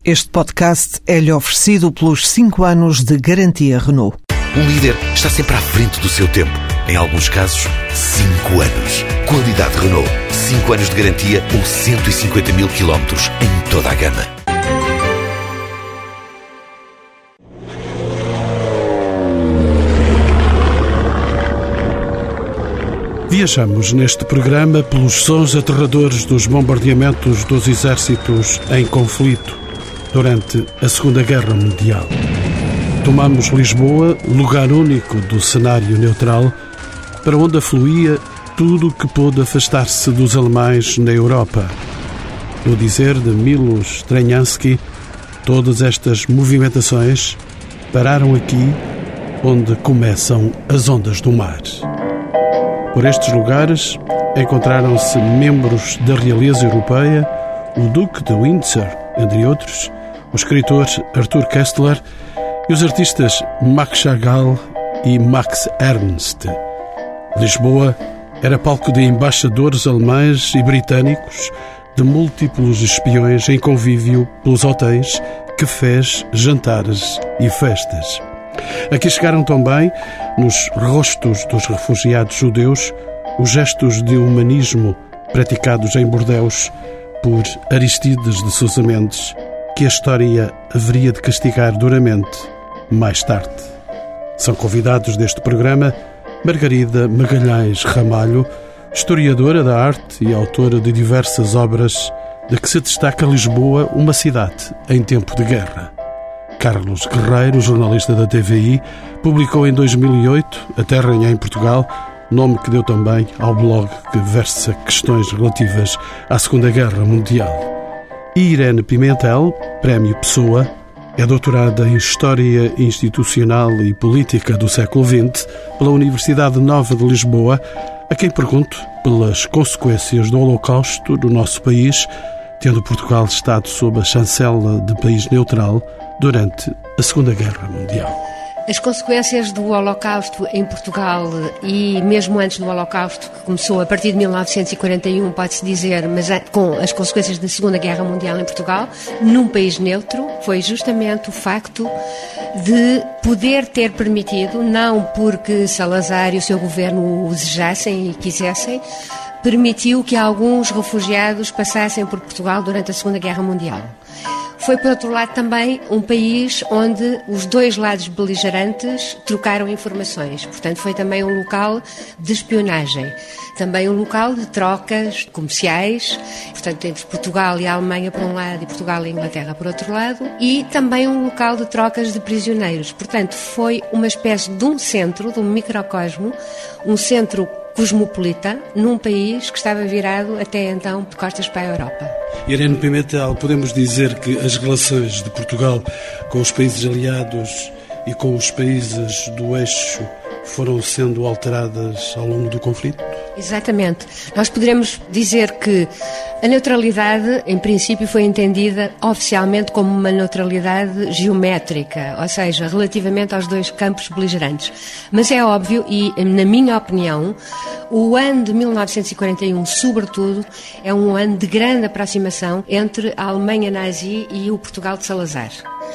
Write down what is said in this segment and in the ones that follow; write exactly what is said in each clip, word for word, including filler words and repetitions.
Este podcast é-lhe oferecido pelos cinco anos de garantia Renault. Um líder está sempre à frente do seu tempo. Em alguns casos, cinco anos. Qualidade Renault. cinco anos de garantia ou cento e cinquenta mil quilómetros em toda a gama. Viajamos neste programa pelos sons aterradores dos bombardeamentos dos exércitos em conflito durante a Segunda Guerra Mundial. Tomamos Lisboa, lugar único do cenário neutral, para onde afluía tudo o que pôde afastar-se dos alemães na Europa. No dizer de Miloš Drnjanski, todas estas movimentações pararam aqui onde começam as ondas do mar. Por estes lugares encontraram-se membros da realeza europeia, o Duque de Windsor, entre outros, o escritor Arthur Koestler e os artistas Max Chagall e Max Ernst. Lisboa era palco de embaixadores alemães e britânicos, de múltiplos espiões em convívio pelos hotéis, cafés, jantares e festas. Aqui chegaram também, nos rostos dos refugiados judeus, os gestos de humanismo praticados em bordéus por Aristides de Sousa Mendes, que a história haveria de castigar duramente mais tarde. São convidados deste programa Margarida Magalhães Ramalho, historiadora da arte e autora de diversas obras de que se destaca Lisboa, uma cidade em tempo de guerra. Carlos Guerreiro, jornalista da T V I, publicou em dois mil e oito A Terra em Portugal, nome que deu também ao blog que versa questões relativas à Segunda Guerra Mundial. E Irene Pimentel, Prémio Pessoa, é doutorada em História Institucional e Política do século vinte pela Universidade Nova de Lisboa, a quem pergunto pelas consequências do Holocausto no nosso país, tendo Portugal estado sob a chancela de país neutral durante a Segunda Guerra Mundial. As consequências do Holocausto em Portugal e mesmo antes do Holocausto, que começou a partir de mil novecentos e quarenta e um, pode-se dizer, mas com as consequências da Segunda Guerra Mundial em Portugal, num país neutro, foi justamente o facto de poder ter permitido, não porque Salazar e o seu governo o desejassem e quisessem, permitiu que alguns refugiados passassem por Portugal durante a Segunda Guerra Mundial. Foi, por outro lado, também um país onde os dois lados beligerantes trocaram informações. Portanto, foi também um local de espionagem. Também um local de trocas comerciais, portanto, entre Portugal e a Alemanha por um lado e Portugal e a Inglaterra por outro lado. E também um local de trocas de prisioneiros. Portanto, foi uma espécie de um centro, de um microcosmo, um centro cosmopolita, num país que estava virado até então de costas para a Europa. Irene Pimentel, podemos dizer que as relações de Portugal com os países aliados e com os países do eixo foram sendo alteradas ao longo do conflito? Exatamente. Nós poderemos dizer que a neutralidade, em princípio, foi entendida oficialmente como uma neutralidade geométrica, ou seja, relativamente aos dois campos beligerantes. Mas é óbvio, e na minha opinião, o ano de mil novecentos e quarenta e um, sobretudo, é um ano de grande aproximação entre a Alemanha nazi e o Portugal de Salazar.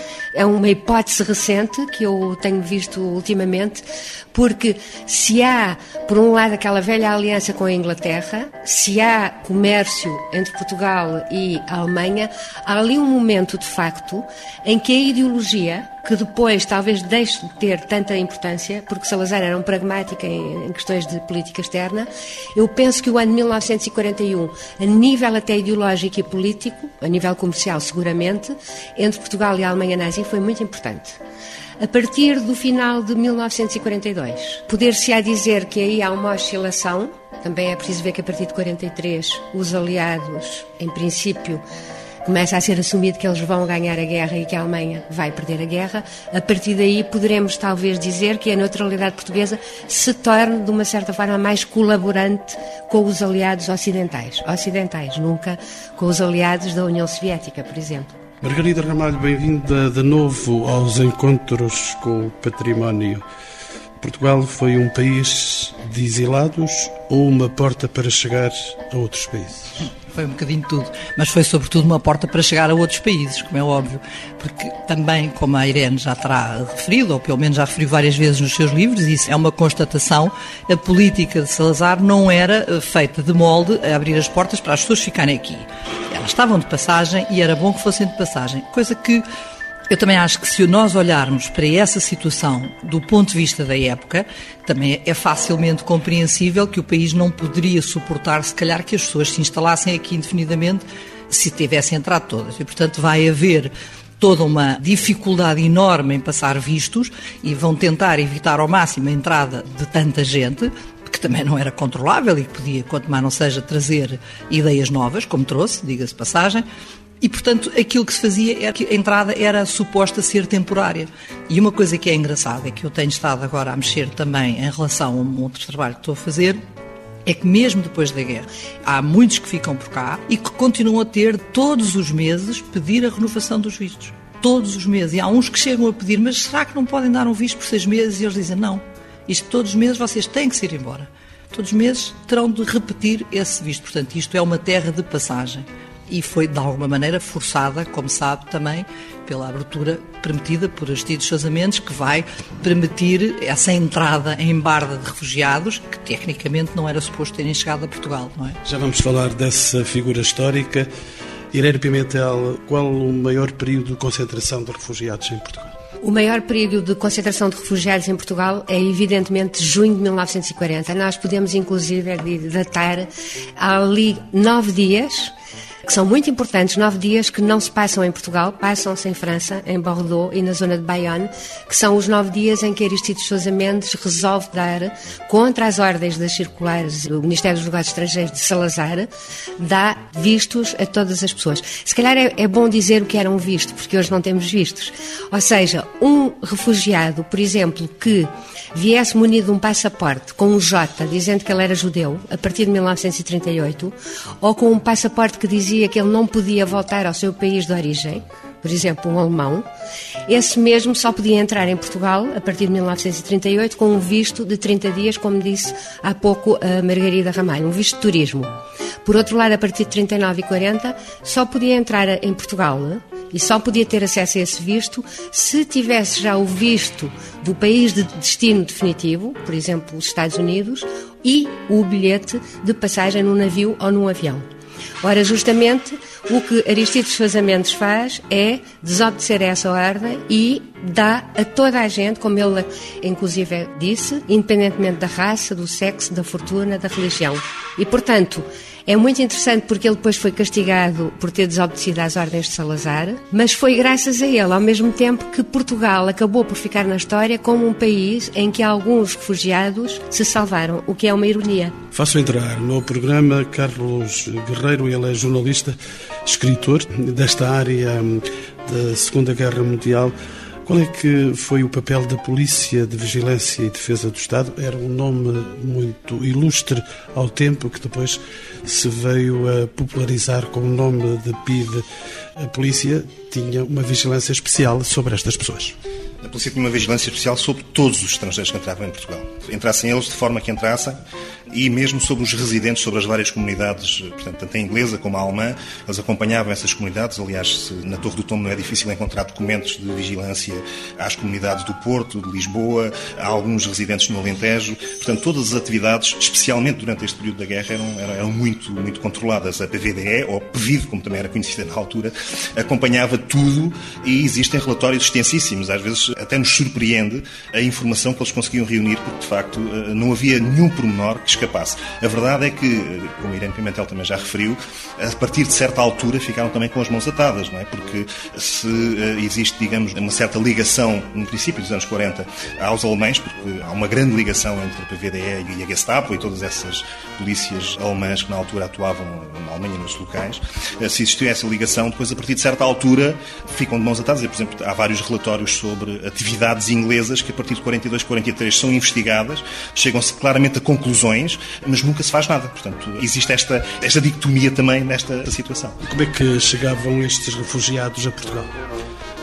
É uma hipótese recente que eu tenho visto ultimamente, porque se há, por um lado, aquela velha aliança com a Inglaterra, se há comércio entre Portugal e a Alemanha, há ali um momento, de facto, em que a ideologia, que depois talvez deixe de ter tanta importância, porque Salazar era um pragmático em, em questões de política externa, eu penso que o ano de mil novecentos e quarenta e um, a nível até ideológico e político, a nível comercial seguramente, entre Portugal e a Alemanha nazi foi muito importante. A partir do final de mil novecentos e quarenta e dois, poder-se-á dizer que aí há uma oscilação. Também é preciso ver que a partir de quarenta e três os aliados, em princípio, começa a ser assumido que eles vão ganhar a guerra e que a Alemanha vai perder a guerra. A partir daí poderemos talvez dizer que a neutralidade portuguesa se torne de uma certa forma mais colaborante com os aliados ocidentais. Ocidentais, nunca com os aliados da União Soviética, por exemplo. Margarida Ramalho, bem-vinda de novo aos encontros com o património. Portugal foi um país de exilados ou uma porta para chegar a outros países? foi um bocadinho tudo. Mas foi sobretudo uma porta para chegar a outros países, como é óbvio. Porque também, como a Irene já terá referido, ou pelo menos já referiu várias vezes nos seus livros, e isso é uma constatação, a política de Salazar não era feita de molde a abrir as portas para as pessoas ficarem aqui. Elas estavam de passagem e era bom que fossem de passagem. Coisa que eu também acho que se nós olharmos para essa situação do ponto de vista da época, também é facilmente compreensível que o país não poderia suportar, se calhar, que as pessoas se instalassem aqui indefinidamente se tivessem entrado todas. E, portanto, vai haver toda uma dificuldade enorme em passar vistos e vão tentar evitar ao máximo a entrada de tanta gente, que também não era controlável e que podia, quanto mais não seja, trazer ideias novas, como trouxe, diga-se passagem. E, portanto, aquilo que se fazia era que a entrada era suposta ser temporária. E uma coisa que é engraçada, é que eu tenho estado agora a mexer também em relação a um outro trabalho que estou a fazer, é que mesmo depois da guerra, há muitos que ficam por cá e que continuam a ter, todos os meses, pedir a renovação dos vistos. Todos os meses. E há uns que chegam a pedir, mas será que não podem dar um visto por seis meses? E eles dizem, não, isto todos os meses vocês têm que se ir embora. Todos os meses terão de repetir esse visto. Portanto, isto é uma terra de passagem. E foi, de alguma maneira, forçada, como sabe, também pela abertura permitida por Aristides Sousa Mendes, que vai permitir essa entrada em barda de refugiados, que tecnicamente não era suposto terem chegado a Portugal, não é? Já vamos falar dessa figura histórica. Irene Pimentel, qual o maior período de concentração de refugiados em Portugal? O maior período de concentração de refugiados em Portugal é, evidentemente, junho de mil novecentos e quarenta. Nós podemos, inclusive, datar ali nove dias, que são muito importantes, nove dias que não se passam em Portugal, passam-se em França, em Bordeaux e na zona de Bayonne, que são os nove dias em que Aristides Sousa Mendes resolve dar, contra as ordens das circulares do Ministério dos Negócios Estrangeiros de Salazar, dá vistos a todas as pessoas. Se calhar é, é bom dizer o que era um visto, porque hoje não temos vistos. Ou seja, um refugiado, por exemplo, que viesse munido de um passaporte com um J, dizendo que ele era judeu, a partir de mil novecentos e trinta e oito, ou com um passaporte que dizia que ele não podia voltar ao seu país de origem, por exemplo, um alemão, esse mesmo só podia entrar em Portugal a partir de mil novecentos e trinta e oito com um visto de trinta dias, como disse há pouco a Margarida Ramalho, um visto de turismo. Por outro lado, a partir de trinta e nove e quarenta, só podia entrar em Portugal e só podia ter acesso a esse visto se tivesse já o visto do país de destino definitivo, por exemplo, os Estados Unidos, e o bilhete de passagem num navio ou num avião. Ora, justamente, o que Aristides Sousa Mendes faz é desobedecer essa ordem e dá a toda a gente, como ele inclusive disse, independentemente da raça, do sexo, da fortuna, da religião. E, portanto, é muito interessante porque ele depois foi castigado por ter desobedecido às ordens de Salazar, mas foi graças a ele, ao mesmo tempo que Portugal acabou por ficar na história como um país em que alguns refugiados se salvaram, o que é uma ironia. Faço entrar no programa Carlos Guerreiro, ele é jornalista, escritor desta área da Segunda Guerra Mundial. Qual é que foi o papel da Polícia de Vigilância e Defesa do Estado? Era um nome muito ilustre ao tempo, que depois se veio a popularizar com o nome de P I D. A Polícia tinha uma vigilância especial sobre estas pessoas. A polícia tinha uma vigilância especial sobre todos os estrangeiros que entravam em Portugal. Entrassem eles de forma que entrassem, e mesmo sobre os residentes, sobre as várias comunidades, portanto, tanto a inglesa como a alemã, eles acompanhavam essas comunidades. Aliás, se na Torre do Tombo não é difícil encontrar documentos de vigilância às comunidades do Porto, de Lisboa, há alguns residentes no Alentejo. Portanto, todas as atividades, especialmente durante este período da guerra, eram, eram, eram muito, muito controladas. A P V D E, ou P V I D, como também era conhecida na altura, acompanhava tudo, e existem relatórios extensíssimos. Às vezes até nos surpreende a informação que eles conseguiam reunir, porque de facto não havia nenhum pormenor que escapasse. A verdade é que, como a Irene Pimentel também já referiu, a partir de certa altura ficaram também com as mãos atadas, não é? Porque se existe, digamos, uma certa ligação, no princípio dos anos quarenta, aos alemães, porque há uma grande ligação entre a P V D E e a Gestapo e todas essas polícias alemãs que na altura atuavam na Alemanha nos locais, se existiu essa ligação, depois a partir de certa altura ficam de mãos atadas. E, por exemplo, há vários relatórios sobre atividades inglesas que a partir de quarenta e dois, quarenta e três são investigadas, chegam-se claramente a conclusões, mas nunca se faz nada. Portanto, existe esta, esta dicotomia também nesta situação. Como é que chegavam estes refugiados a Portugal?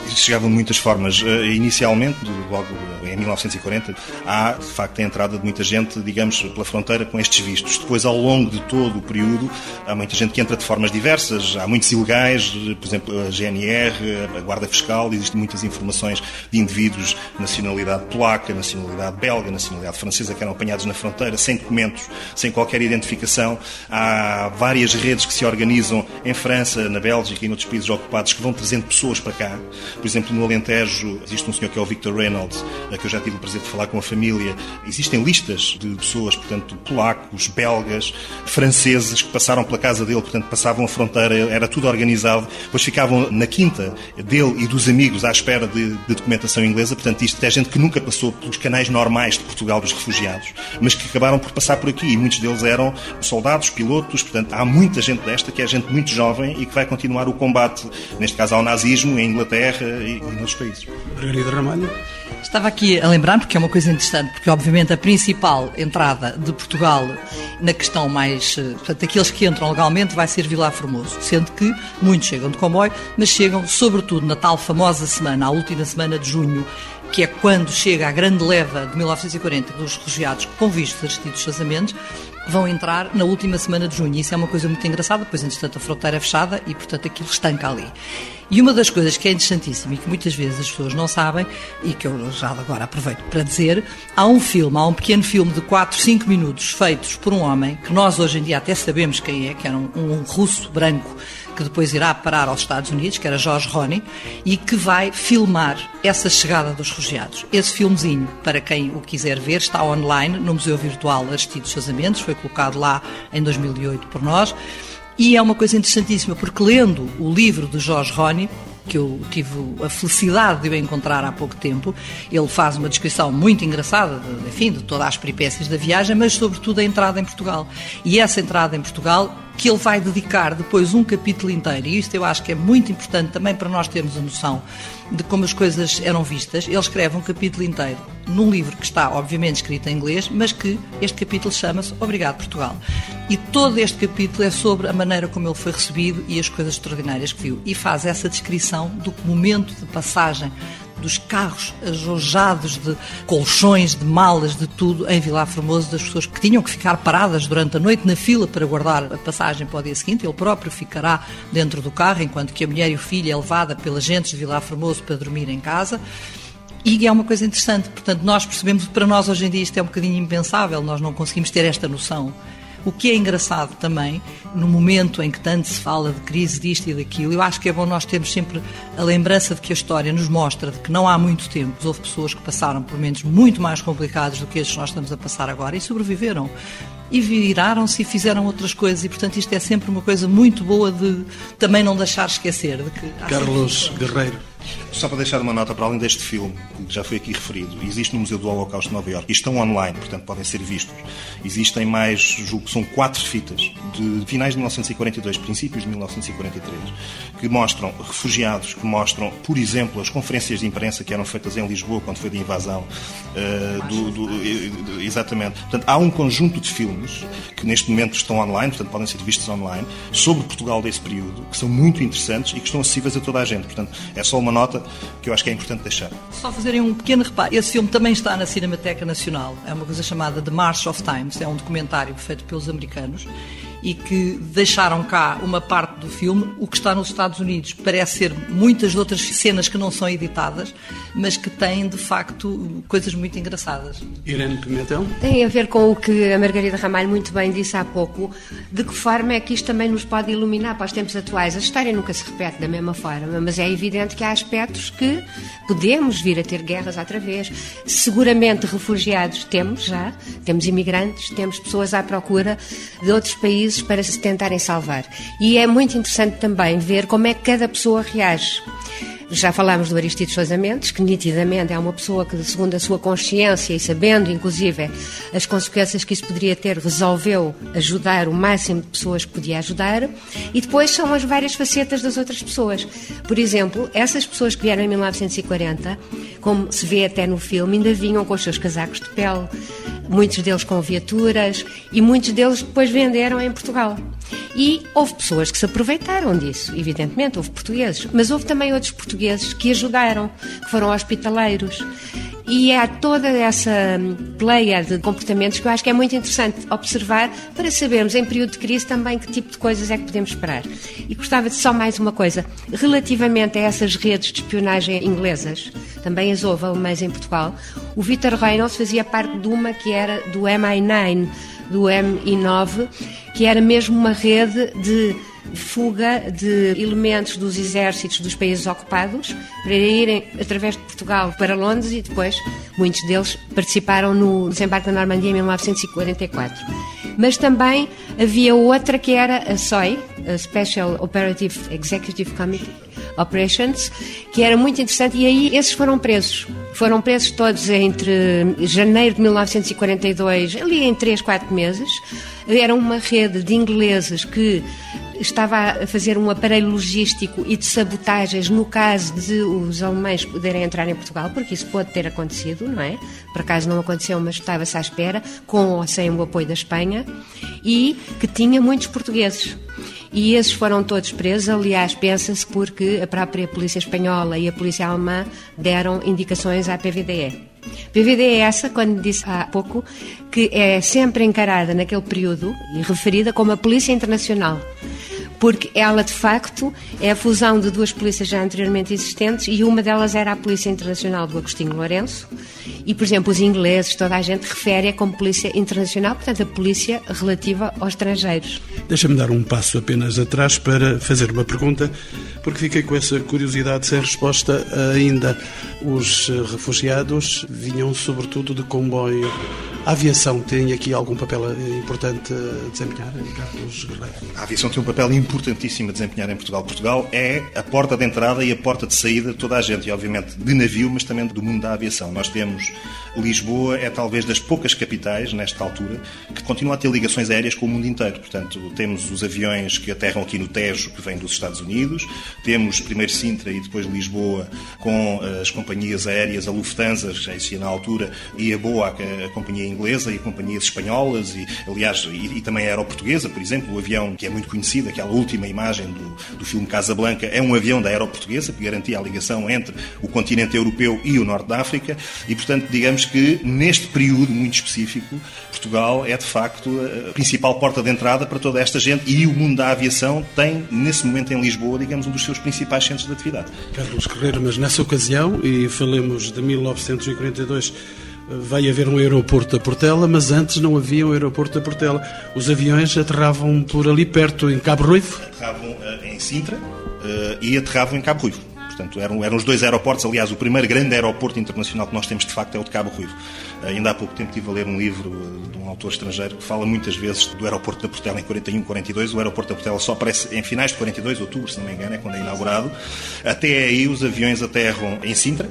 Chegavam de muitas formas. Inicialmente, logo em mil novecentos e quarenta, há, de facto, a entrada de muita gente, digamos, pela fronteira com estes vistos. Depois, ao longo de todo o período, há muita gente que entra de formas diversas. Há muitos ilegais, por exemplo, a G N R, a Guarda Fiscal. Existem muitas informações de indivíduos de nacionalidade polaca, nacionalidade belga, nacionalidade francesa, que eram apanhados na fronteira, sem documentos, sem qualquer identificação. Há várias redes que se organizam em França, na Bélgica e noutros países ocupados, que vão trazendo pessoas para cá. Por exemplo, no Alentejo, existe um senhor que é o Victor Reynolds, que eu já tive o prazer de falar com a família. Existem listas de pessoas, portanto, polacos, belgas, franceses, que passaram pela casa dele, portanto, passavam a fronteira, era tudo organizado, depois ficavam na quinta dele e dos amigos à espera de, de documentação inglesa. Portanto, isto é gente que nunca passou pelos canais normais de Portugal dos refugiados, mas que acabaram por passar por aqui, e muitos deles eram soldados, pilotos. Portanto, há muita gente desta que é gente muito jovem e que vai continuar o combate, neste caso ao nazismo, em Inglaterra e, e noutros países. Margarida Ramalho. Estava aqui a lembrar, porque é uma coisa interessante, porque obviamente a principal entrada de Portugal na questão mais, portanto, aqueles que entram legalmente vai ser Vilar Formoso, sendo que muitos chegam de comboio, mas chegam sobretudo na tal famosa semana, a última semana de junho, que é quando chega a grande leva de mil novecentos e quarenta dos refugiados com vistos Aristides Sousa-Mendes, vão entrar na última semana de junho. Isso é uma coisa muito engraçada, pois, entretanto, a fronteira é fechada e, portanto, aquilo estanca ali. E uma das coisas que é interessantíssima e que muitas vezes as pessoas não sabem, e que eu já agora aproveito para dizer, há um filme, há um pequeno filme de quatro, cinco minutos feitos por um homem, que nós hoje em dia até sabemos quem é, que era um, um russo branco, que depois irá parar aos Estados Unidos, que era Jorge Roney, e que vai filmar essa chegada dos refugiados. Esse filmezinho, para quem o quiser ver, está online no Museu Virtual Aristides Sousa-Mendes, foi colocado lá em dois mil e oito por nós, e é uma coisa interessantíssima, porque lendo o livro de Jorge Roney, que eu tive a felicidade de o encontrar há pouco tempo, ele faz uma descrição muito engraçada, de, enfim, de todas as peripécias da viagem, mas sobretudo a entrada em Portugal. E essa entrada em Portugal, que ele vai dedicar depois um capítulo inteiro, e isto eu acho que é muito importante também para nós termos a noção de como as coisas eram vistas. Ele escreve um capítulo inteiro num livro que está, obviamente, escrito em inglês, mas que este capítulo chama-se Obrigado Portugal. E todo este capítulo é sobre a maneira como ele foi recebido e as coisas extraordinárias que viu. E faz essa descrição do momento de passagem dos carros ajojados de colchões, de malas, de tudo, em Vilar Formoso, das pessoas que tinham que ficar paradas durante a noite na fila para guardar a passagem para o dia seguinte. Ele próprio ficará dentro do carro, enquanto que a mulher e o filho é levada pelas gentes de Vilar Formoso para dormir em casa. E é uma coisa interessante, portanto, nós percebemos que para nós hoje em dia isto é um bocadinho impensável, nós não conseguimos ter esta noção. O que é engraçado também, no momento em que tanto se fala de crise disto e daquilo, eu acho que é bom nós termos sempre a lembrança de que a história nos mostra de que não há muito tempo houve pessoas que passaram por momentos muito mais complicados do que estes que nós estamos a passar agora e sobreviveram. E viraram-se e fizeram outras coisas, e portanto isto é sempre uma coisa muito boa de também não deixar esquecer. De que Carlos Guerreiro. Só para deixar uma nota, para além deste filme, que já foi aqui referido, existe no Museu do Holocausto de Nova Iorque, e estão online, portanto podem ser vistos. Existem mais, julgo que são quatro fitas, de finais de mil novecentos e quarenta e dois, princípios de mil novecentos e quarenta e três, que mostram refugiados, que mostram, por exemplo, as conferências de imprensa que eram feitas em Lisboa, quando foi da invasão. Uh, do, do, exatamente. Portanto, há um conjunto de filmes que neste momento estão online, portanto podem ser vistos online, sobre Portugal desse período, que são muito interessantes e que estão acessíveis a toda a gente. Portanto, é só uma nota que eu acho que é importante deixar. Só fazerem um pequeno reparo. Esse filme também está na Cinemateca Nacional. É uma coisa chamada The March of Times. É um documentário feito pelos americanos e que deixaram cá uma parte do filme. O que está nos Estados Unidos parece ser muitas outras cenas que não são editadas, mas que têm, de facto, coisas muito engraçadas. Irene Pimentel? Tem a ver com o que a Margarida Ramalho muito bem disse há pouco, de que forma é que isto também nos pode iluminar para os tempos atuais. A história nunca se repete da mesma forma, mas é evidente que há aspectos que podemos vir a ter guerras outra vez. Seguramente refugiados temos já, temos imigrantes, temos pessoas à procura de outros países para se tentarem salvar. E é muito interessante também ver como é que cada pessoa reage. Já falámos do Aristides Sousa-Mendes, que nitidamente é uma pessoa que, segundo a sua consciência e sabendo, inclusive, as consequências que isso poderia ter, resolveu ajudar o máximo de pessoas que podia ajudar. E depois são as várias facetas das outras pessoas. Por exemplo, essas pessoas que vieram em mil novecentos e quarenta, como se vê até no filme, ainda vinham com os seus casacos de pele, muitos deles com viaturas, e muitos deles depois venderam em Portugal. E houve pessoas que se aproveitaram disso, evidentemente, houve portugueses, mas houve também outros portugueses que ajudaram, que foram hospitaleiros. E há toda essa pleia de comportamentos que eu acho que é muito interessante observar para sabermos, em período de crise, também que tipo de coisas é que podemos esperar. E gostava de só mais uma coisa. Relativamente a essas redes de espionagem inglesas, também as houve alemãs em Portugal, o Victor Reynolds fazia parte de uma que era do M I nove, do M I nove, que era mesmo uma rede de fuga de elementos dos exércitos dos países ocupados para irem através de Portugal para Londres, e depois muitos deles participaram no desembarque da Normandia em mil novecentos e quarenta e quatro. Mas também havia outra que era a S O I, a Special Operative Executive Committee Operations, que era muito interessante, e aí esses foram presos. Foram presos todos entre janeiro de mil novecentos e quarenta e dois, ali em três, quatro meses. Era uma rede de ingleses que estava a fazer um aparelho logístico e de sabotagens no caso de os alemães poderem entrar em Portugal, porque isso pode ter acontecido, não é? Por acaso não aconteceu, mas estava-se à espera, com ou sem o apoio da Espanha, e que tinha muitos portugueses. E esses foram todos presos, aliás, pensa-se porque a própria polícia espanhola e a polícia alemã deram indicações à P V D E. P V D E é essa, quando disse há pouco, que é sempre encarada naquele período e referida como a Polícia Internacional, porque ela, de facto, é a fusão de duas polícias já anteriormente existentes, e uma delas era a Polícia Internacional do Agostinho Lourenço, e, por exemplo, os ingleses, toda a gente refere-a como Polícia Internacional, portanto, a polícia relativa aos estrangeiros. Deixa-me dar um passo apenas atrás para fazer uma pergunta, porque fiquei com essa curiosidade sem resposta ainda. Os refugiados vinham sobretudo de comboio. A aviação tem aqui algum papel importante a desempenhar, Carlos Guerreiro? A aviação tem um papel importantíssimo a desempenhar em Portugal. Portugal é a porta de entrada e a porta de saída de toda a gente, e obviamente de navio, mas também do mundo da aviação. Nós temos Lisboa, é talvez das poucas capitais, nesta altura, que continua a ter ligações aéreas com o mundo inteiro. Portanto, temos os aviões que aterram aqui no Tejo, que vêm dos Estados Unidos, temos primeiro Sintra e depois Lisboa, com as companhias aéreas, a Lufthansa, que já existia na altura, e a BOA, que é a companhia inglesa, e companhias espanholas, e aliás, e, e também a Aeroportuguesa, por exemplo, o avião que é muito conhecido, aquela última imagem do, do filme Casablanca, é um avião da Aeroportuguesa, que garantia a ligação entre o continente europeu e o norte da África, e portanto, digamos que neste período muito específico, Portugal é de facto a principal porta de entrada para toda esta gente, e o mundo da aviação tem, nesse momento em Lisboa, digamos, um dos seus principais centros de atividade. Carlos Guerreiro, mas nessa ocasião, e falemos de mil novecentos e quarenta e dois, vai haver um aeroporto da Portela, mas antes não havia um aeroporto da Portela. Os aviões aterravam por ali perto, em Cabo Ruivo? Aterravam uh, em Sintra uh, e aterravam em Cabo Ruivo. Portanto, eram, eram os dois aeroportos. Aliás, o primeiro grande aeroporto internacional que nós temos, de facto, é o de Cabo Ruivo. Uh, ainda há pouco tempo estive a ler um livro uh, de um autor estrangeiro que fala muitas vezes do aeroporto da Portela em quarenta e um, quarenta e dois. O aeroporto da Portela só aparece em finais de quarenta e dois, outubro, se não me engano, é quando é inaugurado. Até aí, os aviões aterram em Sintra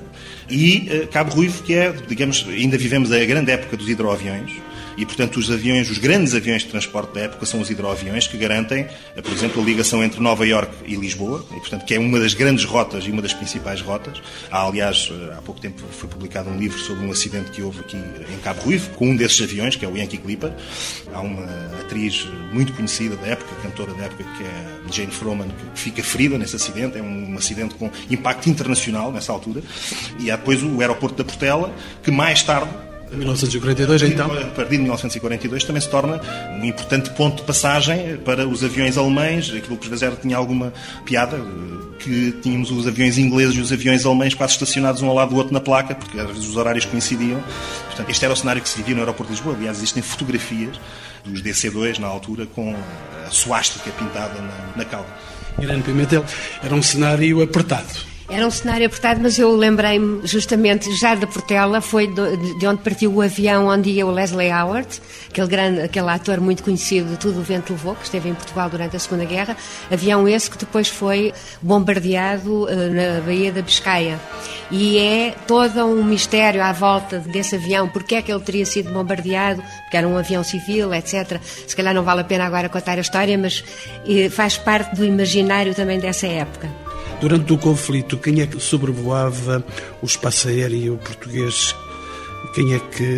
e uh, Cabo Ruivo, que é, digamos, ainda vivemos a grande época dos hidroaviões. E, portanto, os aviões, os grandes aviões de transporte da época são os hidroaviões, que garantem, por exemplo, a ligação entre Nova Iorque e Lisboa, e, portanto, que é uma das grandes rotas e uma das principais rotas. Há, aliás, há pouco tempo foi publicado um livro sobre um acidente que houve aqui em Cabo Ruivo, com um desses aviões, que é o Yankee Clipper. Há uma atriz muito conhecida da época, cantora da época, que é Jane Froman, que fica ferida nesse acidente. É um, um acidente com impacto internacional nessa altura. E há depois o aeroporto da Portela, que mais tarde, mil novecentos e quarenta e dois, então? A partir de mil novecentos e quarenta e dois também se torna um importante ponto de passagem para os aviões alemães, aquilo que às vezes era, tinha alguma piada, que tínhamos os aviões ingleses e os aviões alemães quase estacionados um ao lado do outro na placa, porque às vezes os horários coincidiam. Portanto, este era o cenário que se vivia no aeroporto de Lisboa. Aliás, existem fotografias dos D C dois na altura com a suástica pintada na, na cauda. Irene Pimentel, era um cenário apertado. Era um cenário apertado, mas eu lembrei-me justamente já da Portela, foi de onde partiu o avião onde ia o Leslie Howard, aquele, grande, aquele ator muito conhecido de Tudo o Vento Levou, que esteve em Portugal durante a Segunda Guerra, avião esse que depois foi bombardeado uh, na Baía da Biscaia. E é todo um mistério à volta desse avião, porque é que ele teria sido bombardeado, porque era um avião civil, etcétera. Se calhar não vale a pena agora contar a história, mas uh, faz parte do imaginário também dessa época. Durante o conflito, quem é que sobrevoava o espaço aéreo português? Quem é que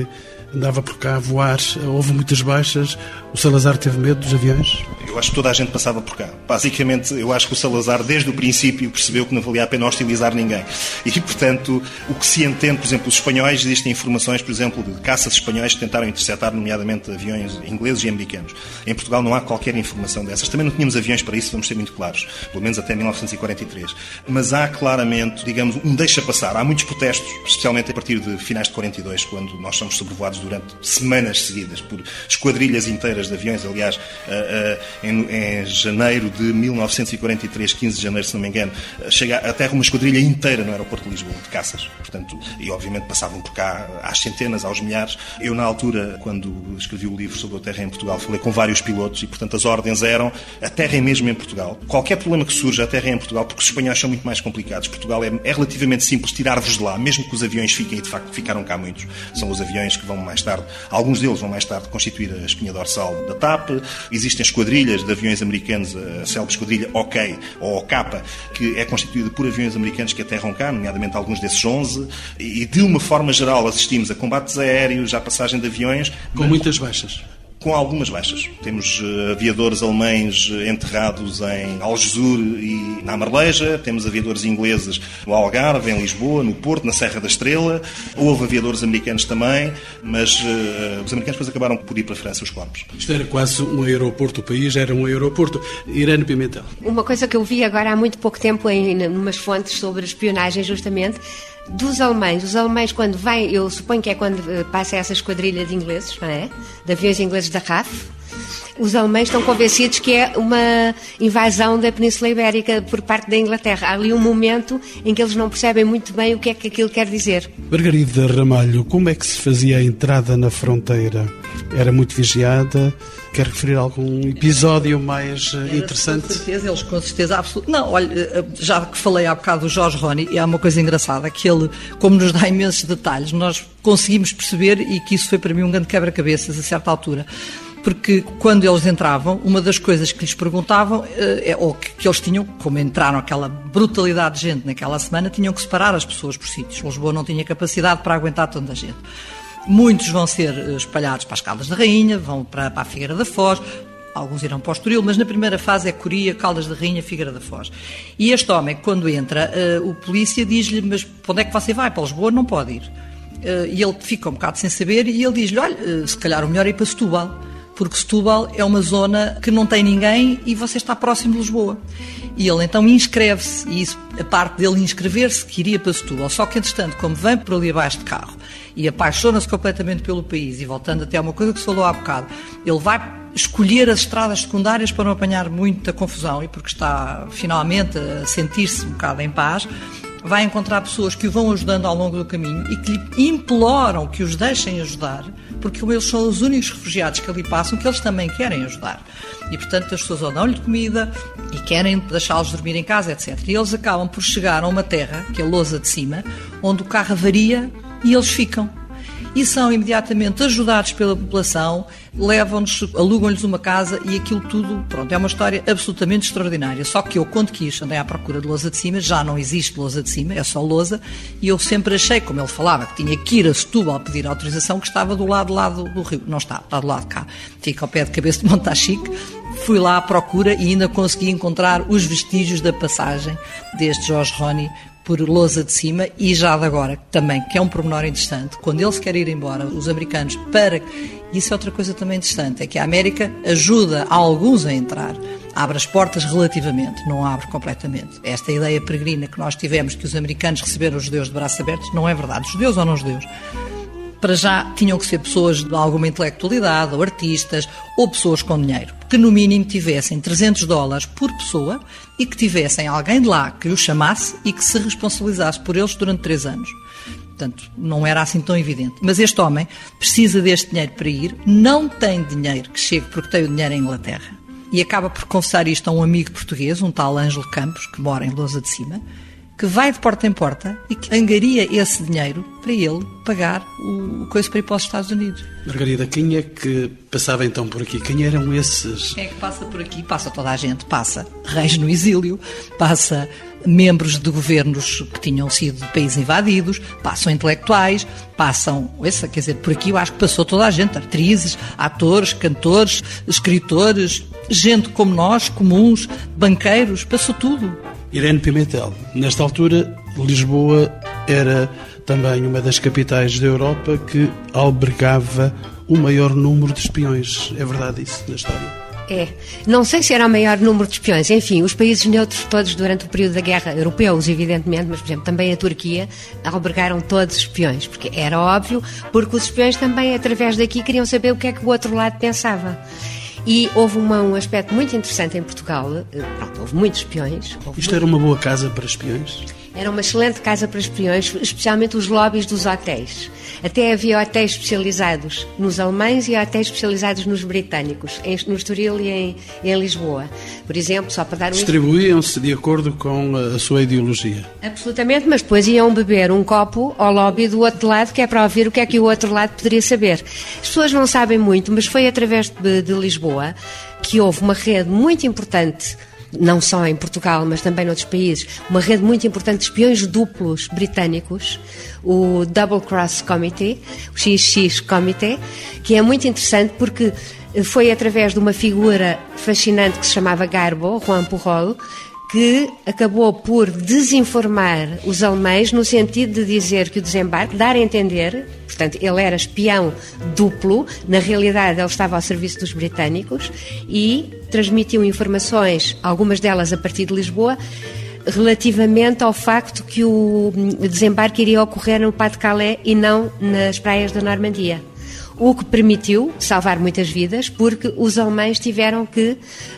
andava por cá a voar, houve muitas baixas, o Salazar teve medo dos aviões? Eu acho que toda a gente passava por cá. Basicamente, eu acho que o Salazar, desde o princípio, percebeu que não valia a pena hostilizar ninguém. E, portanto, o que se entende, por exemplo, os espanhóis, existem informações, por exemplo, de caças espanhóis que tentaram interceptar, nomeadamente, aviões ingleses e americanos. Em Portugal não há qualquer informação dessas. Também não tínhamos aviões para isso, vamos ser muito claros. Pelo menos até mil novecentos e quarenta e três. Mas há claramente, digamos, um deixa-passar. Há muitos protestos, especialmente a partir de finais de quarenta e dois, quando nós somos sobrevoados durante semanas seguidas por esquadrilhas inteiras de aviões. Aliás, uh, uh, em, em janeiro de mil novecentos e quarenta e três, quinze de janeiro, se não me engano, chega a terra uma esquadrilha inteira no aeroporto de Lisboa, de caças. Portanto, e obviamente passavam por cá às centenas, aos milhares. Eu, na altura, quando escrevi o livro sobre a terra em Portugal, falei com vários pilotos e, portanto, as ordens eram a terra é mesmo em Portugal. Qualquer problema que surja, a terra é em Portugal, porque os espanhóis são muito mais complicados. Portugal é, é relativamente simples tirar-vos de lá, mesmo que os aviões fiquem, e de facto ficaram cá muitos. São os aviões que vão mais tarde, alguns deles vão mais tarde constituir a espinha dorsal da T A P. Existem esquadrilhas de aviões americanos, a célebre esquadrilha O K ou O K, que é constituída por aviões americanos que aterram cá, nomeadamente alguns desses onze, e de uma forma geral assistimos a combates aéreos, à passagem de aviões. Com mas... muitas baixas. Com algumas baixas. Temos uh, aviadores alemães enterrados em Algesur e na Marleja, temos aviadores ingleses no Algarve, em Lisboa, no Porto, na Serra da Estrela, houve aviadores americanos também, mas uh, os americanos depois acabaram por ir para a França, os corpos. Isto era quase um aeroporto, o país era um aeroporto. Irene Pimentel. Uma coisa que eu vi agora há muito pouco tempo em umas fontes sobre espionagem, justamente, dos alemães. Os alemães, quando vêm, eu suponho que é quando passa essa esquadrilha de ingleses, não é? De aviões ingleses da R A F, os alemães estão convencidos que é uma invasão da Península Ibérica por parte da Inglaterra. Há ali um momento em que eles não percebem muito bem o que é que aquilo quer dizer. Margarida Ramalho, como é que se fazia a entrada na fronteira? Era muito vigiada? Quer referir algum episódio mais Era, interessante? Com certeza, eles com certeza absoluta. Não, olha, já que falei há bocado do Jorge Roni, há uma coisa engraçada, que ele, como nos dá imensos detalhes, nós conseguimos perceber, e que isso foi para mim um grande quebra-cabeças a certa altura. Porque quando eles entravam, uma das coisas que lhes perguntavam, é, ou que, que eles tinham, como entraram aquela brutalidade de gente naquela semana, tinham que separar as pessoas por sítios. Lisboa não tinha capacidade para aguentar tanta gente. Muitos vão ser espalhados para as Caldas da Rainha, vão para, para a Figueira da Foz, alguns irão para o Estoril, mas na primeira fase é Coria, Caldas da Rainha, Figueira da Foz. E este homem, quando entra, uh, o polícia diz-lhe, mas para onde é que você vai? Para Lisboa? Não pode ir. Uh, e ele fica um bocado sem saber e ele diz-lhe, olha, uh, se calhar o melhor é ir para Setúbal, porque Setúbal é uma zona que não tem ninguém e você está próximo de Lisboa. E ele então inscreve-se, e isso, a parte dele inscrever-se, que iria para Setúbal. Só que, entretanto, como vem por ali abaixo de carro e apaixona-se completamente pelo país, e voltando até a uma coisa que se falou há bocado, ele vai escolher as estradas secundárias para não apanhar muita confusão, e porque está finalmente a sentir-se um bocado em paz, vai encontrar pessoas que o vão ajudando ao longo do caminho e que lhe imploram que os deixem ajudar, porque como eles são os únicos refugiados que ali passam, que eles também querem ajudar. E, portanto, as pessoas ou dão-lhe comida e querem deixá-los dormir em casa, etcétera. E eles acabam por chegar a uma terra, que é a Lousa de Cima, onde o carro avaria e eles ficam. E são imediatamente ajudados pela população, levam-nos, alugam-lhes uma casa e aquilo tudo, pronto, é uma história absolutamente extraordinária. Só que eu, quando quis, andei à procura de Lousa de Cima, já não existe Lousa de Cima, é só Lousa, e eu sempre achei, como ele falava, que tinha que ir a Setúbal pedir autorização, que estava do lado, lado do rio. Não está, está do lado de cá. Fica ao pé de Cabeça de Montachique. Fui lá à procura e ainda consegui encontrar os vestígios da passagem deste Jorge Roni por Lousa de Cima, e já de agora também, que é um pormenor interessante, quando ele se quer ir embora, os americanos, para... Isso é outra coisa também interessante, é que a América ajuda alguns a entrar, abre as portas relativamente, não abre completamente. Esta ideia peregrina que nós tivemos, que os americanos receberam os judeus de braços abertos, não é verdade. Os judeus ou não judeus? Para já tinham que ser pessoas de alguma intelectualidade, ou artistas, ou pessoas com dinheiro, que no mínimo tivessem trezentos dólares por pessoa e que tivessem alguém de lá que os chamasse e que se responsabilizasse por eles durante três anos. Portanto, não era assim tão evidente. Mas este homem precisa deste dinheiro para ir, não tem dinheiro que chegue porque tem o dinheiro em Inglaterra, e acaba por confessar isto a um amigo português, um tal Ângelo Campos, que mora em Lousa de Cima, que vai de porta em porta e que angaria esse dinheiro para ele pagar o coisa para ir para os Estados Unidos. Margarida, quem é que passava então por aqui? Quem eram esses? Quem é que passa por aqui? Passa toda a gente. Passa reis no exílio, passa membros de governos que tinham sido de países invadidos, passam intelectuais, passam, essa, quer dizer, por aqui eu acho que passou toda a gente, atrizes, atores, cantores, escritores, gente como nós, comuns, banqueiros, passou tudo. Irene Pimentel, nesta altura, Lisboa era também uma das capitais da Europa que albergava o maior número de espiões. É verdade isso na história? É. Não sei se era o maior número de espiões. Enfim, os países neutros todos durante o período da guerra, europeus evidentemente, mas por exemplo também a Turquia, albergaram todos espiões, porque era óbvio, porque os espiões também através daqui queriam saber o que é que o outro lado pensava. E houve uma, um aspecto muito interessante em Portugal. Pronto, houve muitos espiões. Houve Isto era uma boa casa para espiões? Era uma excelente casa para espiões, especialmente os lobbies dos hotéis. Até havia hotéis especializados nos alemães e hotéis especializados nos britânicos, em, no Estoril e em, em Lisboa. Por exemplo, só para dar um... Distribuíam-se de acordo com a sua ideologia? Absolutamente, mas depois iam beber um copo ao lobby do outro lado, que é para ouvir o que é que o outro lado poderia saber. As pessoas não sabem muito, mas foi através de, de Lisboa que houve uma rede muito importante, não só em Portugal, mas também noutros países, uma rede muito importante de espiões duplos britânicos, o Double Cross Committee, o X X Committee, que é muito interessante porque foi através de uma figura fascinante que se chamava Garbo, Juan Pujol, que acabou por desinformar os alemães no sentido de dizer que o desembarque, dar a entender, portanto, ele era espião duplo, na realidade ele estava ao serviço dos britânicos e transmitiu informações, algumas delas a partir de Lisboa, relativamente ao facto que o desembarque iria ocorrer no Pas-de-Calais e não nas praias da Normandia. O que permitiu salvar muitas vidas, porque os alemães tiveram que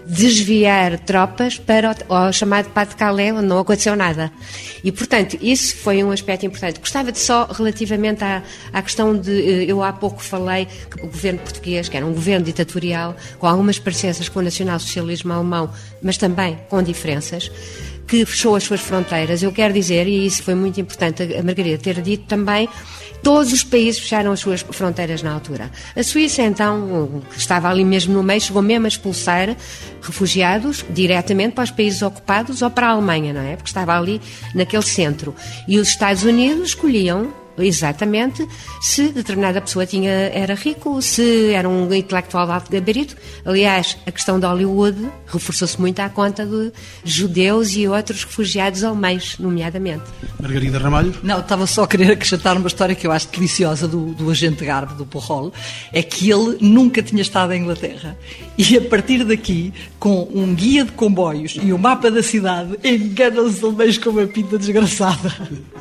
desviar tropas para o, o chamado Pas-de-Calais, onde não aconteceu nada. E, portanto, isso foi um aspecto importante. Gostava de só, relativamente à, à questão de... Eu há pouco falei que o governo português, que era um governo ditatorial, com algumas parecenças com o nacional-socialismo alemão, mas também com diferenças, que fechou as suas fronteiras. Eu quero dizer, e isso foi muito importante a Margarida ter dito também, todos os países fecharam as suas fronteiras na altura. A Suíça, então, que estava ali mesmo no meio, chegou mesmo a expulsar refugiados diretamente para os países ocupados ou para a Alemanha, não é? Porque estava ali naquele centro. E os Estados Unidos escolhiam exatamente se determinada pessoa tinha, era rico, se era um intelectual de alto gabarito. Aliás, a questão de Hollywood reforçou-se muito à conta de judeus e outros refugiados alemães, nomeadamente. Margarida Ramalho? Não, estava só a querer acrescentar uma história que eu acho deliciosa do, do agente Garbo, do Pujol, é que ele nunca tinha estado em Inglaterra e a partir daqui, com um guia de comboios e o um mapa da cidade, engana os alemães com uma pinta desgraçada.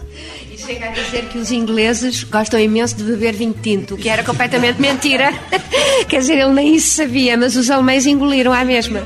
Chega a dizer que os ingleses gostam imenso de beber vinho tinto, que era completamente mentira. Quer dizer, ele nem isso sabia, mas os alemães engoliram à mesma.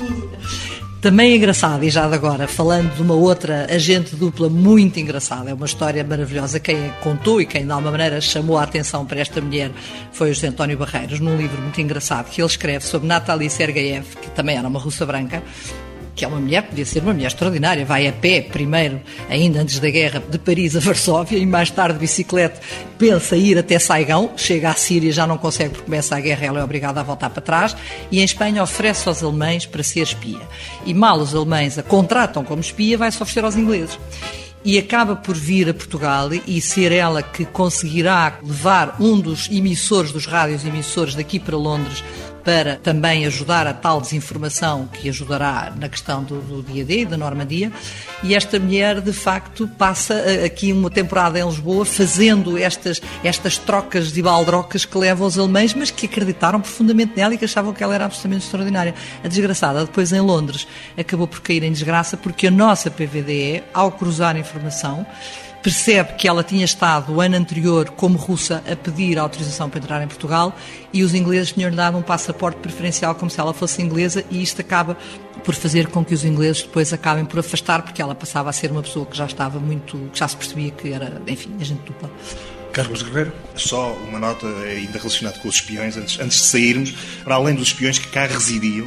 Também é engraçado, e já de agora, falando de uma outra agente dupla muito engraçada, é uma história maravilhosa. Quem contou e quem de alguma maneira chamou a atenção para esta mulher foi o José António Barreiros, num livro muito engraçado que ele escreve sobre Natalie Sergeyev, que também era uma russa branca, que é uma mulher, podia ser uma mulher extraordinária, vai a pé, primeiro, ainda antes da guerra, de Paris a Varsóvia, e mais tarde de bicicleta, pensa ir até Saigão, chega à Síria, já não consegue porque começa a guerra, ela é obrigada a voltar para trás, e em Espanha oferece aos alemães para ser espia. E mal os alemães a contratam como espia, vai-se oferecer aos ingleses. E acaba por vir a Portugal e ser ela que conseguirá levar um dos emissores, dos rádios emissores daqui para Londres, para também ajudar a tal desinformação que ajudará na questão do, do dia D, da Normandia. E esta mulher, de facto, passa aqui uma temporada em Lisboa fazendo estas, estas trocas e baldrocas que levam os alemães, mas que acreditaram profundamente nela e que achavam que ela era absolutamente extraordinária. A desgraçada, depois em Londres, acabou por cair em desgraça porque a nossa P V D E, ao cruzar informação, percebe que ela tinha estado o ano anterior como russa a pedir autorização para entrar em Portugal e os ingleses tinham-lhe dado um passaporte preferencial como se ela fosse inglesa, e isto acaba por fazer com que os ingleses depois acabem por afastar, porque ela passava a ser uma pessoa que já estava muito, que já se percebia que era, enfim, agente dupla. Carlos Guerreiro? Só uma nota ainda relacionada com os espiões, antes, antes de sairmos, para além dos espiões que cá residiam,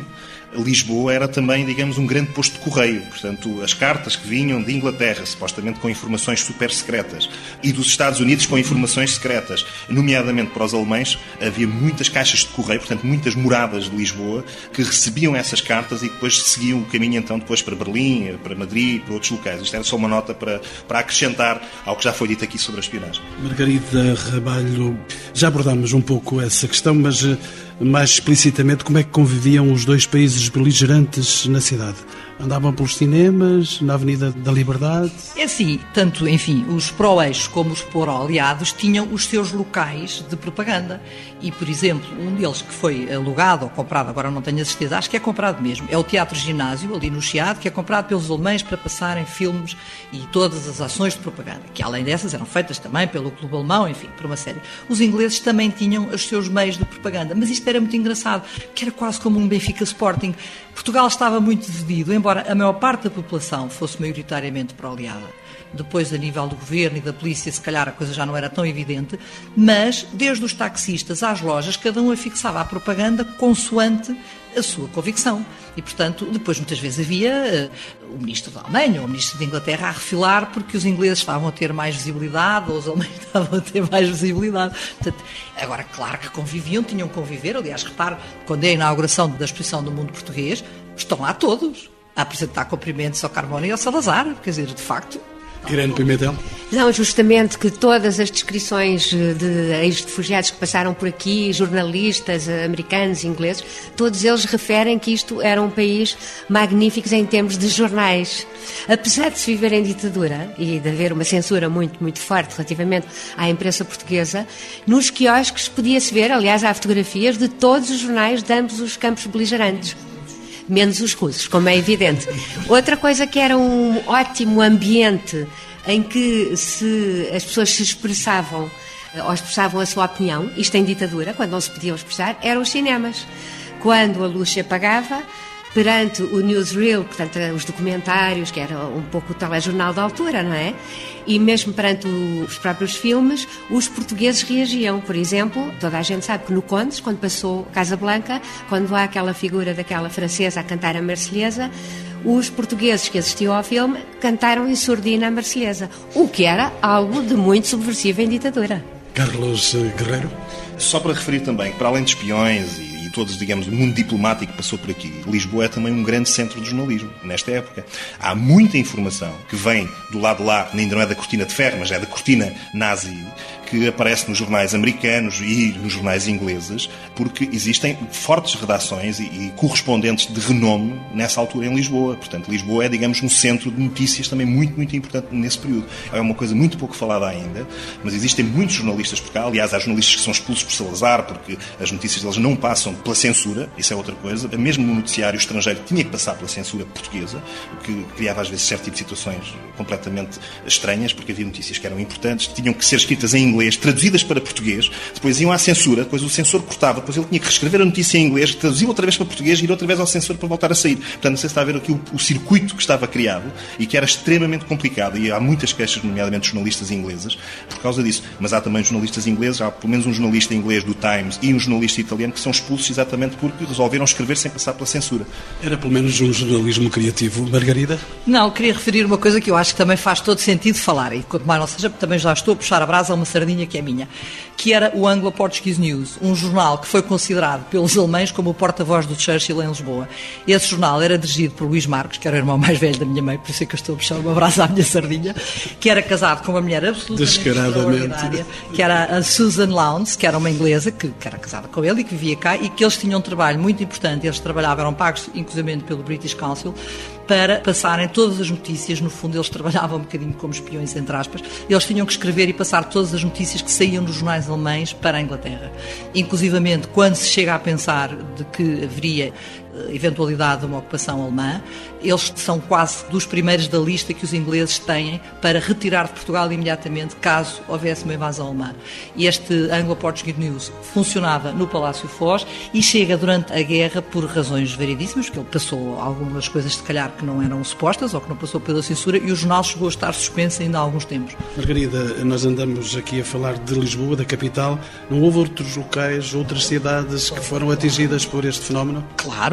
Lisboa era também, digamos, um grande posto de correio. Portanto, as cartas que vinham de Inglaterra, supostamente com informações super secretas, e dos Estados Unidos com informações secretas, nomeadamente para os alemães, havia muitas caixas de correio, portanto, muitas moradas de Lisboa, que recebiam essas cartas e depois seguiam o caminho, então, depois para Berlim, para Madrid, para outros locais. Isto era só uma nota para, para acrescentar ao que já foi dito aqui sobre a espionagem. Margarida Rabalho, já abordámos um pouco essa questão, mas mais explicitamente, como é que conviviam os dois países beligerantes na cidade? Andavam pelos cinemas, na Avenida da Liberdade? É assim, tanto, enfim, os pró-eixos como os pró-aliados tinham os seus locais de propaganda. E, por exemplo, um deles que foi alugado ou comprado, agora não tenho a certeza, acho que é comprado mesmo, é o Teatro Ginásio, ali no Chiado, que é comprado pelos alemães para passarem filmes e todas as ações de propaganda, que além dessas eram feitas também pelo Clube Alemão, enfim, por uma série. Os ingleses também tinham os seus meios de propaganda, mas isto era muito engraçado, que era quase como um Benfica Sporting. Portugal estava muito dividido, embora a maior parte da população fosse maioritariamente pró-aliada. Depois, a nível do governo e da polícia, se calhar a coisa já não era tão evidente, mas desde os taxistas às lojas, cada um afixava a propaganda consoante a sua convicção. E, portanto, depois muitas vezes havia uh, o ministro da Alemanha ou o ministro da Inglaterra a refilar porque os ingleses estavam a ter mais visibilidade ou os alemães estavam a ter mais visibilidade. Portanto, agora, claro que conviviam, tinham que conviver. Aliás, repare, quando é a inauguração da exposição do mundo português, estão lá todos a apresentar cumprimentos ao Carmona e ao Salazar. Quer dizer, de facto... Irene Pimentel? Não, justamente que todas as descrições de ex-refugiados que passaram por aqui, jornalistas americanos, ingleses, todos eles referem que isto era um país magnífico em termos de jornais. Apesar de se viver em ditadura e de haver uma censura muito, muito forte relativamente à imprensa portuguesa, nos quiosques podia-se ver, aliás, há fotografias de todos os jornais de ambos os campos beligerantes. Menos os russos, como é evidente. Outra coisa que era um ótimo ambiente em que se, as pessoas se expressavam ou expressavam a sua opinião, isto em ditadura, quando não se podiam expressar, eram os cinemas. Quando a luz se apagava, perante o newsreel, portanto, os documentários, que era um pouco o telejornal da altura, não é? E mesmo perante os próprios filmes, os portugueses reagiam. Por exemplo, toda a gente sabe que no Condes, quando passou Casablanca, quando há aquela figura daquela francesa a cantar a Marselhesa, os portugueses que assistiam ao filme cantaram em surdina a Marselhesa, o que era algo de muito subversivo em ditadura. Carlos Guerreiro? Só para referir também que, para além de espiões e todos, digamos, o mundo diplomático passou por aqui, Lisboa é também um grande centro do jornalismo, nesta época. Há muita informação que vem do lado de lá, ainda não é da cortina de ferro, mas é da cortina nazi, que aparece nos jornais americanos e nos jornais ingleses, porque existem fortes redações e, e correspondentes de renome nessa altura em Lisboa. Portanto, Lisboa é, digamos, um centro de notícias também muito, muito importante nesse período. É uma coisa muito pouco falada ainda, mas existem muitos jornalistas por cá. Aliás, há jornalistas que são expulsos por Salazar, porque as notícias deles não passam pela censura, isso é outra coisa. Mesmo no noticiário estrangeiro tinha que passar pela censura portuguesa, o que criava às vezes certo tipo de situações completamente estranhas, porque havia notícias que eram importantes, que tinham que ser escritas em inglês, traduzidas para português, depois iam à censura, depois o censor cortava, depois ele tinha que reescrever a notícia em inglês, traduzia outra vez para português e ir outra vez ao censor para voltar a sair. Portanto, não sei se está a ver aqui o, o circuito que estava criado e que era extremamente complicado, e há muitas queixas, nomeadamente de jornalistas ingleses, por causa disso. Mas há também jornalistas ingleses, há pelo menos um jornalista inglês do Times e um jornalista italiano que são expulsos exatamente porque resolveram escrever sem passar pela censura. Era pelo menos um jornalismo criativo. Margarida? Não, queria referir uma coisa que eu acho que também faz todo sentido falar, e quanto mais não seja, também já estou a puxar a brasa a uma sardinha que é minha, que era o Anglo-Portuguese News, um jornal que foi considerado pelos alemães como o porta-voz do Churchill em Lisboa. Esse jornal era dirigido por Luís Marques, que era o irmão mais velho da minha mãe, por isso é que eu estou a puxar uma brasa à minha sardinha, que era casado com uma mulher absolutamente extraordinária, que era a Susan Lowndes, que era uma inglesa, que, que era casada com ele e que vivia cá, e que eles tinham um trabalho muito importante. Eles trabalhavam, eram pagos inclusivamente pelo British Council, para passarem todas as notícias. No fundo, eles trabalhavam um bocadinho como espiões, entre aspas. Eles tinham que escrever e passar todas as notícias que saíam dos jornais alemães para a Inglaterra. Inclusivamente, quando se chega a pensar de que haveria eventualidade de uma ocupação alemã, eles são quase dos primeiros da lista que os ingleses têm para retirar de Portugal imediatamente caso houvesse uma invasão alemã. E este Anglo-Portuguese News funcionava no Palácio Foz e chega durante a guerra por razões variedíssimas, porque ele passou algumas coisas se calhar que não eram supostas ou que não passou pela censura, e o jornal chegou a estar suspenso ainda há alguns tempos. Margarida, nós andamos aqui a falar de Lisboa, da capital. Não houve outros locais, outras cidades que foram atingidas por este fenómeno? Claro,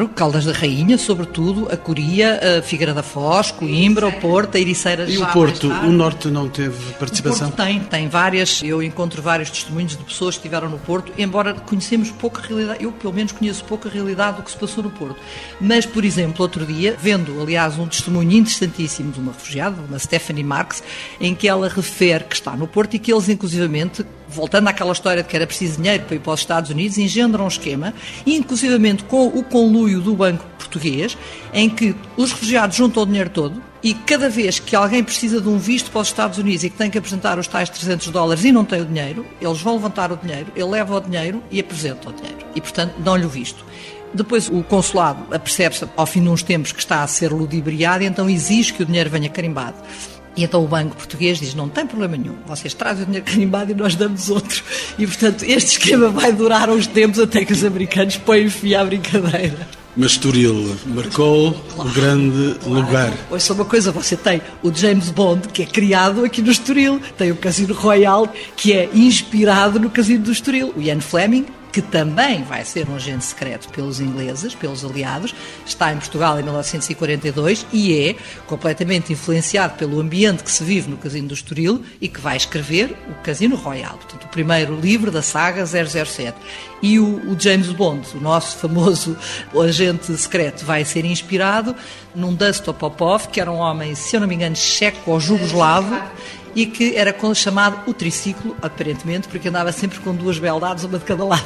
Claro, Caldas da Rainha, sobretudo, a Coria, a Figueira da Foz, Coimbra, o Porto, a Ericeira. E o Porto, o Norte não teve participação? O Porto tem, tem várias. Eu encontro vários testemunhos de pessoas que estiveram no Porto, embora conhecemos pouca realidade, eu pelo menos conheço pouca realidade do que se passou no Porto. Mas, por exemplo, outro dia, vendo, aliás, um testemunho interessantíssimo de uma refugiada, uma Stephanie Marx, em que ela refere que está no Porto e que eles, inclusivamente, voltando àquela história de que era preciso dinheiro para ir para os Estados Unidos, engendram um esquema, inclusivamente com o conluio do Banco Português, em que os refugiados juntam o dinheiro todo e cada vez que alguém precisa de um visto para os Estados Unidos e que tem que apresentar os tais trezentos dólares e não tem o dinheiro, eles vão levantar o dinheiro, ele leva o dinheiro e apresenta o dinheiro. E, portanto, dão-lhe o visto. Depois o consulado apercebe-se ao fim de uns tempos que está a ser ludibriado e então exige que o dinheiro venha carimbado. E então o Banco Português diz, não tem problema nenhum, vocês trazem o dinheiro carimbado e nós damos outro. E, portanto, este esquema vai durar uns tempos até que os americanos põem fim à brincadeira. Mas Estoril marcou claro, o grande claro. lugar. Ouça uma coisa, você tem o James Bond, que é criado aqui no Estoril, tem o Casino Royal, que é inspirado no Casino do Estoril, o Ian Fleming, que também vai ser um agente secreto pelos ingleses, pelos aliados, está em Portugal em mil novecentos e quarenta e dois e é completamente influenciado pelo ambiente que se vive no Casino do Estoril e que vai escrever o Casino Royal, portanto, o primeiro livro da saga zero zero sete. E o, o James Bond, o nosso famoso agente secreto, vai ser inspirado num Dusto Popov, que era um homem, se eu não me engano, checo ou jugoslavo, e que era chamado o triciclo, aparentemente, porque andava sempre com duas beldades, uma de cada lado.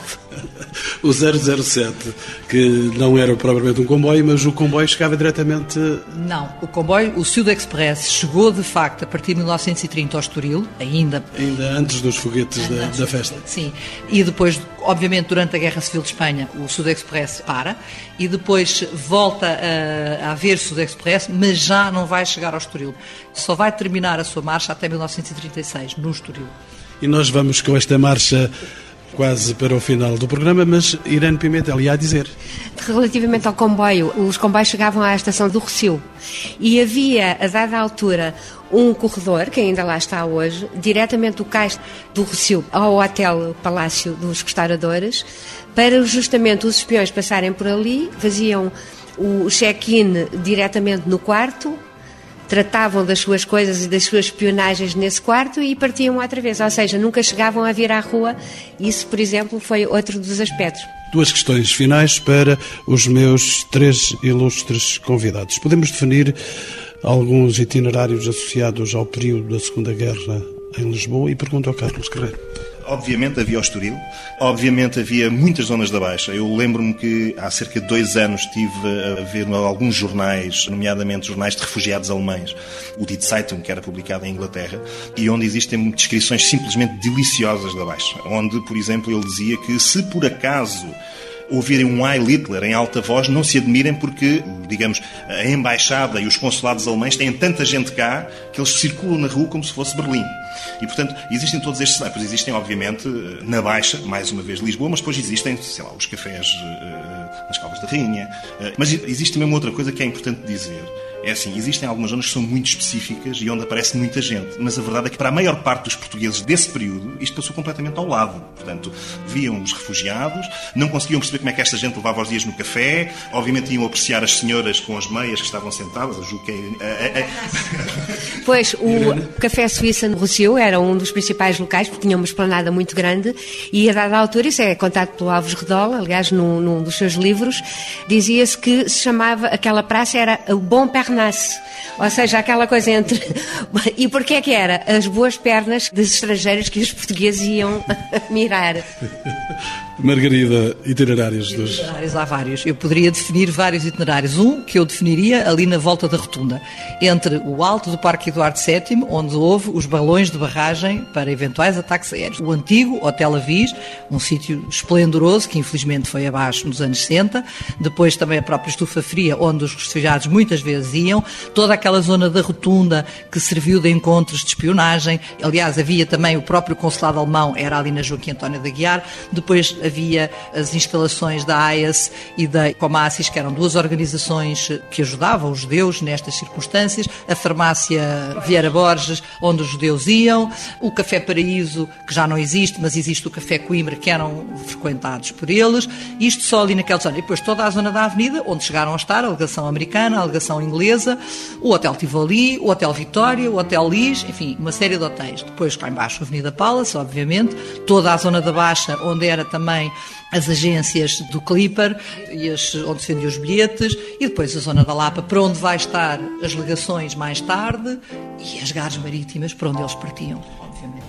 O zero zero sete, que não era propriamente um comboio, mas o comboio chegava diretamente... Não, o comboio, o Sud Express, chegou de facto a partir de mil novecentos e trinta ao Estoril, ainda... Ainda antes dos foguetes da, da festa. Sim, e depois, obviamente, durante a Guerra Civil de Espanha, o Sud Express para, e depois volta a, a haver Sud Express, mas já não vai chegar ao Estoril. Só vai terminar a sua marcha até mil novecentos e trinta e seis, no Estoril. E nós vamos com esta marcha quase para o final do programa, mas Irene Pimentel ia a dizer. Relativamente ao comboio, os comboios chegavam à estação do Rossio e havia, a dada altura, um corredor, que ainda lá está hoje, diretamente do cais do Rossio ao Hotel Palácio dos Restauradores, para justamente os espiões passarem por ali, faziam o check-in diretamente no quarto, tratavam das suas coisas e das suas espionagens nesse quarto e partiam outra vez. Ou seja, nunca chegavam a vir à rua. Isso, por exemplo, foi outro dos aspectos. Duas questões finais para os meus três ilustres convidados. Podemos definir alguns itinerários associados ao período da Segunda Guerra em Lisboa? E pergunto ao Carlos Carreiro. Obviamente havia o Estoril, obviamente havia muitas zonas da Baixa. Eu lembro-me que há cerca de dois anos estive a ver alguns jornais, nomeadamente jornais de refugiados alemães, o Die Zeitung, que era publicado em Inglaterra, e onde existem descrições simplesmente deliciosas da Baixa. Onde, por exemplo, ele dizia que se por acaso ouvirem um Heil Hitler em alta voz, não se admirem porque, digamos, a embaixada e os consulados alemães têm tanta gente cá que eles circulam na rua como se fosse Berlim. E, portanto, existem todos estes cenários. Existem, obviamente, na Baixa, mais uma vez Lisboa, mas depois existem, sei lá, os cafés uh, nas Caldas da Rainha. Uh, mas existe mesmo outra coisa que é importante dizer. É assim, existem algumas zonas que são muito específicas e onde aparece muita gente, mas a verdade é que para a maior parte dos portugueses desse período, isto passou completamente ao lado. Portanto, viam os refugiados, não conseguiam perceber como é que esta gente levava os dias no café, obviamente iam apreciar as senhoras com as meias que estavam sentadas, eu julgo que é... Pois, o Café Suíça no Rossio era um dos principais locais, porque tinha uma esplanada muito grande, e a dada altura, isso é contado pelo Alves Redola, aliás, num, num dos seus livros, dizia-se que se chamava, aquela praça era o Bom Pernas, ou seja, aquela coisa entre... E porquê é que era? As boas pernas dos estrangeiros que os portugueses iam mirar. Margarida, itinerários dos... Itinerários há vários. Eu poderia definir vários itinerários. Um que eu definiria ali na volta da rotunda, entre o alto do Parque Eduardo sétimo, onde houve os balões de barragem para eventuais ataques aéreos. O antigo Hotel Avis, um sítio esplendoroso, que infelizmente foi abaixo nos anos sessenta. Depois também a própria Estufa Fria, onde os refugiados muitas vezes iam. Toda aquela zona da rotunda que serviu de encontros de espionagem. Aliás, havia também o próprio consulado alemão, era ali na Joaquim António de Aguiar. Depois Depois havia as instalações da A I A S e da Comasis, que eram duas organizações que ajudavam os judeus nestas circunstâncias, a farmácia Vieira Borges, onde os judeus iam, o Café Paraíso, que já não existe, mas existe o Café Coimbra, que eram frequentados por eles, isto só ali naquela zona. E depois toda a zona da avenida, onde chegaram a estar a alegação americana, a alegação inglesa, o Hotel Tivoli, o Hotel Vitória, o Hotel Lis, enfim, uma série de hotéis. Depois cá embaixo a Avenida Palace, obviamente, toda a zona da Baixa, onde era também as agências do Clipper, e as, onde se vendiam os bilhetes, e depois a zona da Lapa, para onde vai estar as legações mais tarde, e as gares marítimas, para onde eles partiam, obviamente.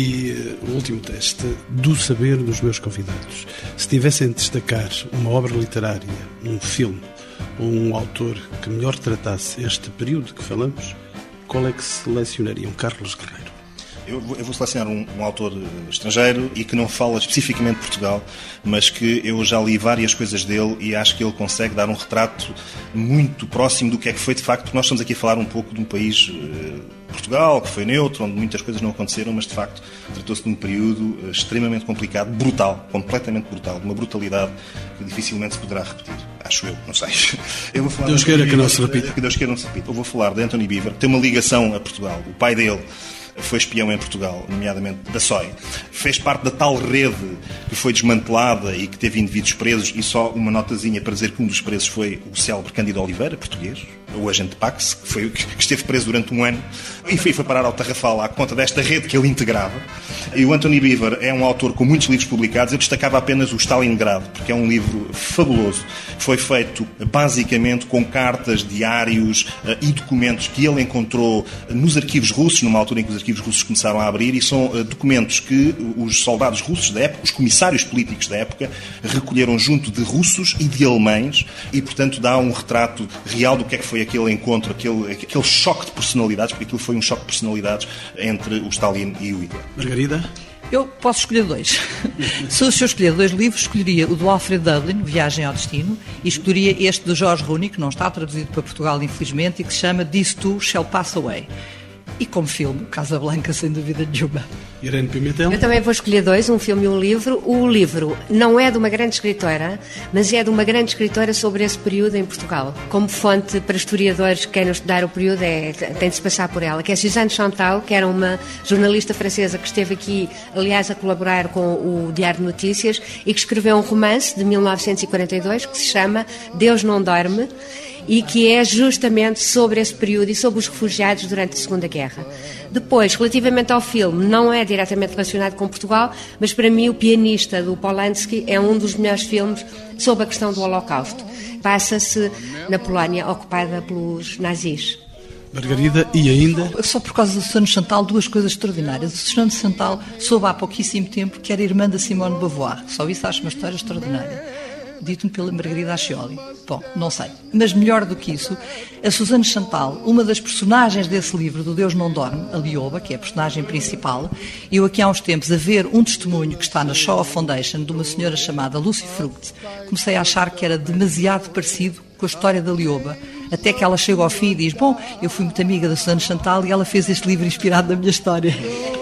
E uh, o último teste do saber dos meus convidados. Se tivessem de destacar uma obra literária, um filme, ou um autor que melhor tratasse este período que falamos, qual é que selecionariam? Carlos Guerreiro. Eu vou, eu vou selecionar um, um autor estrangeiro e que não fala especificamente de Portugal, mas que eu já li várias coisas dele e acho que ele consegue dar um retrato muito próximo do que é que foi de facto, porque nós estamos aqui a falar um pouco de um país, eh, Portugal, que foi neutro, onde muitas coisas não aconteceram, mas de facto tratou-se de um período eh, extremamente complicado, brutal, completamente brutal, de uma brutalidade que dificilmente se poderá repetir. Acho eu, não sei. Eu vou falar Deus queira que não se repita. Que Deus queira que não se repita. Eu vou falar de Anthony Beevor, que tem uma ligação a Portugal. O pai dele foi espião em Portugal, nomeadamente da S O I. Fez parte da tal rede que foi desmantelada e que teve indivíduos presos, e só uma notazinha para dizer que um dos presos foi o célebre Cândido Oliveira, português, o agente Pax, que, foi, que esteve preso durante um ano e foi, foi parar ao Tarrafal à conta desta rede que ele integrava. E o Anthony Beevor é um autor com muitos livros publicados. Eu destacava apenas o Stalingrado, porque é um livro fabuloso. Foi feito basicamente com cartas, diários uh, e documentos que ele encontrou nos arquivos russos, numa altura em que os arquivos russos começaram a abrir, e são uh, documentos que os soldados russos da época, os comissários políticos da época, recolheram junto de russos e de alemães, e portanto dá um retrato real do que é que foi aquele encontro, aquele, aquele choque de personalidades, porque aquilo foi um choque de personalidades entre o Stalin e o Hitler. Margarida? Eu posso escolher dois. Se eu escolher dois livros, escolheria o do Alfred Dublin, Viagem ao Destino, e escolheria este do Jorge Rooney, que não está traduzido para Portugal, infelizmente, e que se chama This Too Shall Pass Away. E como filme, Casablanca, sem dúvida nenhuma. Irene Pimentel? Eu também vou escolher dois, um filme e um livro. O livro não é de uma grande escritora, mas é de uma grande escritora sobre esse período em Portugal. Como fonte para historiadores que querem estudar o período, é, tem de se passar por ela, que é Suzanne Chantal, que era uma jornalista francesa que esteve aqui, aliás, a colaborar com o Diário de Notícias, e que escreveu um romance de mil novecentos e quarenta e dois que se chama Deus Não Dorme, e que é justamente sobre esse período e sobre os refugiados durante a Segunda Guerra. Depois, relativamente ao filme, não é diretamente relacionado com Portugal, mas para mim o Pianista, do Polanski, é um dos melhores filmes sobre a questão do Holocausto. Passa-se na Polónia, ocupada pelos nazis. Margarida, e ainda? Só por causa do Susana Chantal, duas coisas extraordinárias. O Susana Chantal soube há pouquíssimo tempo que era irmã da Simone de Beauvoir. Só isso acho uma história extraordinária. Dito-me pela Margarida Ascioli. Bom, não sei. Mas melhor do que isso, a Suzanne Chantal, uma das personagens desse livro, do Deus Não Dorme, a Lioba, que é a personagem principal, eu aqui há uns tempos, a ver um testemunho que está na Shaw Foundation, de uma senhora chamada Lucy Frucht, comecei a achar que era demasiado parecido com a história da Lioba, até que ela chega ao fim e diz, bom, eu fui muito amiga da Suzanne Chantal e ela fez este livro inspirado na minha história.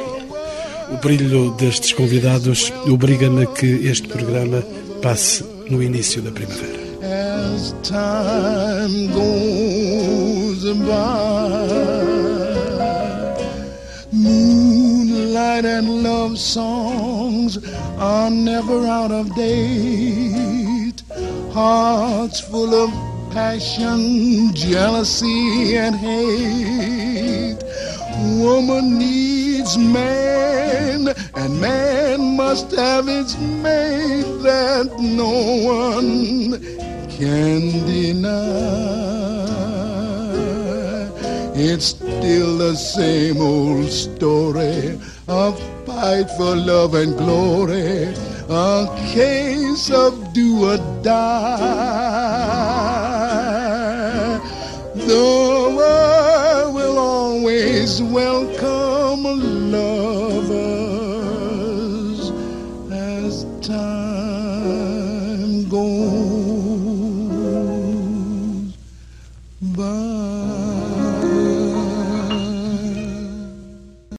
O brilho destes convidados obriga-me a que este programa passe no início da primavera. As time goes by, moonlight and love songs are never out of date. Hearts full of passion, jealousy and hate. Woman needs man, and man must have its mate that no one can deny. It's still the same old story, a fight for love and glory, a case of do or die. The world will always welcome lovers as time